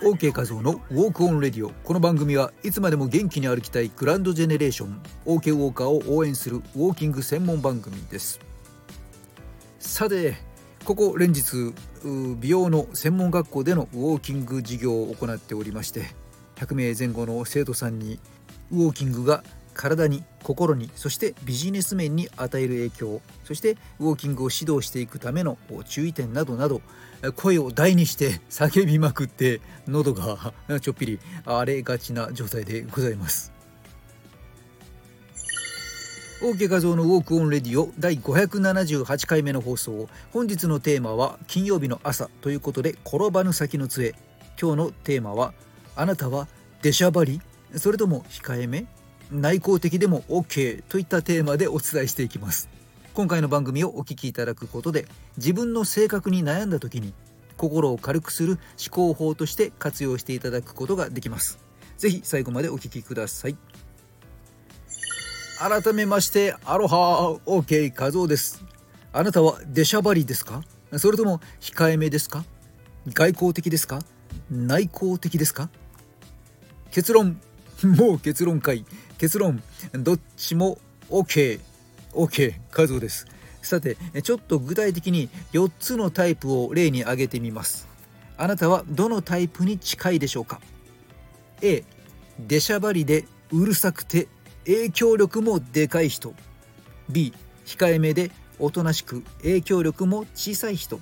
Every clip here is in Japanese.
OK 画像のウォークオンレディオ。この番組はいつまでも元気に歩きたいグランドジェネレーション OK ウォーカーを応援するウォーキング専門番組です。さて、ここ連日美容の専門学校でのウォーキング授業を行っておりまして、100名前後の生徒さんにウォーキングが体に心にそしてビジネス面に与える影響、そしてウォーキングを指導していくための注意点などなど、声を大にして叫びまくって喉がちょっぴり荒れがちな状態でございます。 OK 画像のウォークオンレディオ第578回目の放送。本日のテーマは金曜日の朝ということで、転ばぬ先の杖。今日のテーマは、あなたは出しゃばりそれとも控えめ、内向的でも OK といったテーマでお伝えしていきます。今回の番組をお聞きいただくことで、自分の性格に悩んだ時に心を軽くする思考法として活用していただくことができます。ぜひ最後までお聞きください。改めましてアロハ、 OK 画像です。あなたは出しゃばりですか、それとも控えめですか、外向的ですか、内向的ですか。結論、もう結論かい。結論、どっちも OK 画像です。さて、ちょっと具体的に4つのタイプを例に挙げてみます。あなたはどのタイプに近いでしょうか。 A、 出しゃばりでうるさくて影響力もでかい人。 B、 控えめでおとなしく影響力も小さい人。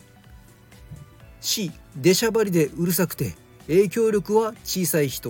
C、 出しゃばりでうるさくて影響力は小さい人。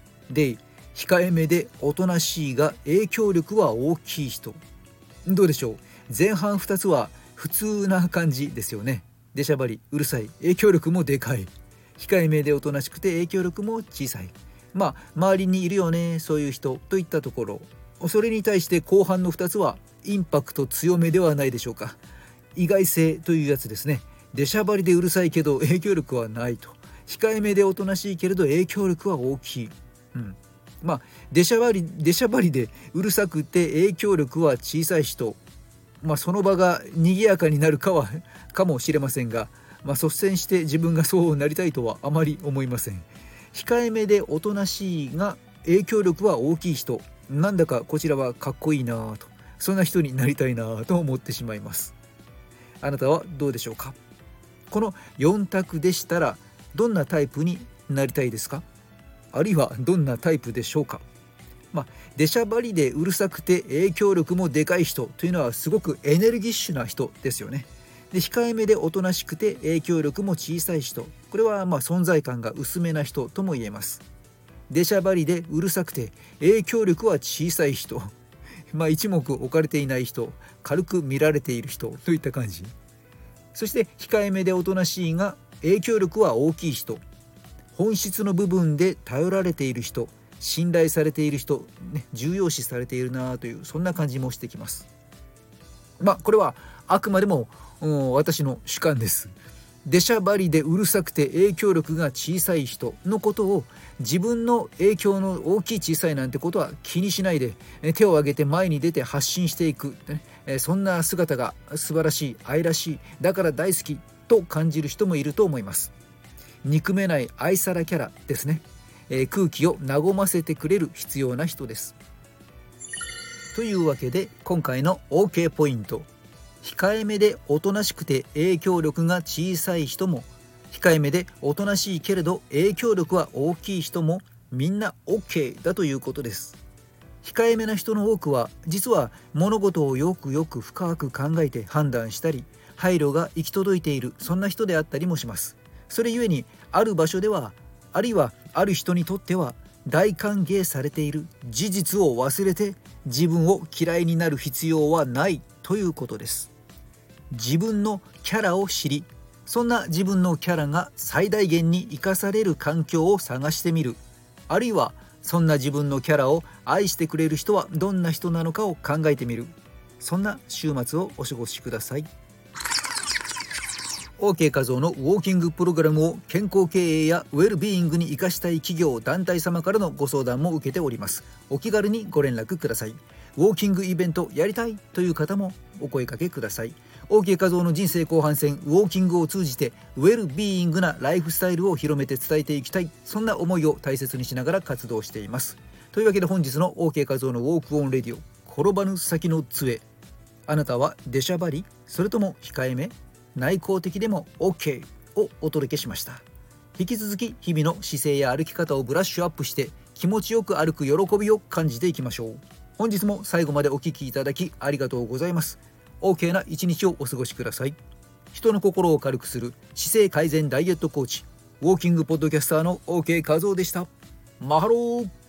D、 控えめでおとなしいが影響力は大きい人。どうでしょう。前半2つは普通な感じですよね。出しゃばり、うるさい、影響力もでかい。控えめでおとなしくて影響力も小さい。周りにいるよね、そういう人といったところ。それに対して後半の2つはインパクト強めではないでしょうか。意外性というやつですね。出しゃばりでうるさいけど影響力はないと。控えめでおとなしいけれど影響力は大きい。出しゃばりでうるさくて影響力は小さい人、その場が賑やかになるかもしれませんが、率先して自分がそうなりたいとはあまり思いません。控えめでおとなしいが影響力は大きい人、なんだかこちらはかっこいいなと、そんな人になりたいなと思ってしまいます。あなたはどうでしょうか。この4択でしたらどんなタイプになりたいですか、あるいはどんなタイプでしょうか。出しゃばりでうるさくて影響力もでかい人というのはすごくエネルギッシュな人ですよね。で、控えめでおとなしくて影響力も小さい人、これは存在感が薄めな人とも言えます。出しゃばりでうるさくて影響力は小さい人、一目置かれていない人、軽く見られている人といった感じ。そして控えめでおとなしいが影響力は大きい人、本質の部分で頼られている人、信頼されている人、重要視されているなという、そんな感じもしてきます。これはあくまでも私の主観です。出しゃばりでうるさくて影響力が小さい人のことを、自分の影響の大きい小さいなんてことは気にしないで、手を挙げて前に出て発信していく、そんな姿が素晴らしい、愛らしい、だから大好きと感じる人もいると思います。憎めない愛さらキャラですね。空気を和ませてくれる必要な人です。というわけで今回の OK ポイント。控えめでおとなしくて影響力が小さい人も、控えめでおとなしいけれど影響力は大きい人も、みんな OK だということです。控えめな人の多くは実は物事をよく深く考えて判断したり、配慮が行き届いている、そんな人であったりもします。それゆえにある場所では、あるいはある人にとっては大歓迎されている事実を忘れて、自分を嫌いになる必要はないということです。自分のキャラを知り、そんな自分のキャラが最大限に生かされる環境を探してみる、あるいはそんな自分のキャラを愛してくれる人はどんな人なのかを考えてみる、そんな週末をお過ごしください。OK 画像のウォーキングプログラムを健康経営やウェルビーイングに生かしたい企業団体様からのご相談も受けております。お気軽にご連絡ください。ウォーキングイベントやりたいという方もお声掛けください。 OK 画像の人生後半戦ウォーキングを通じてウェルビーイングなライフスタイルを広めて伝えていきたい、そんな思いを大切にしながら活動しています。というわけで本日の OK 画像のウォークオンレディオ、転ばぬ先の杖、あなたは出しゃばりそれとも控えめ、内向的でも OK をお届けしました。引き続き日々の姿勢や歩き方をブラッシュアップして気持ちよく歩く喜びを感じていきましょう。本日も最後までお聞きいただきありがとうございます。 OK な一日をお過ごしください。人の心を軽くする姿勢改善ダイエットコーチ、ウォーキングポッドキャスターの OK 画像でした。マハロー。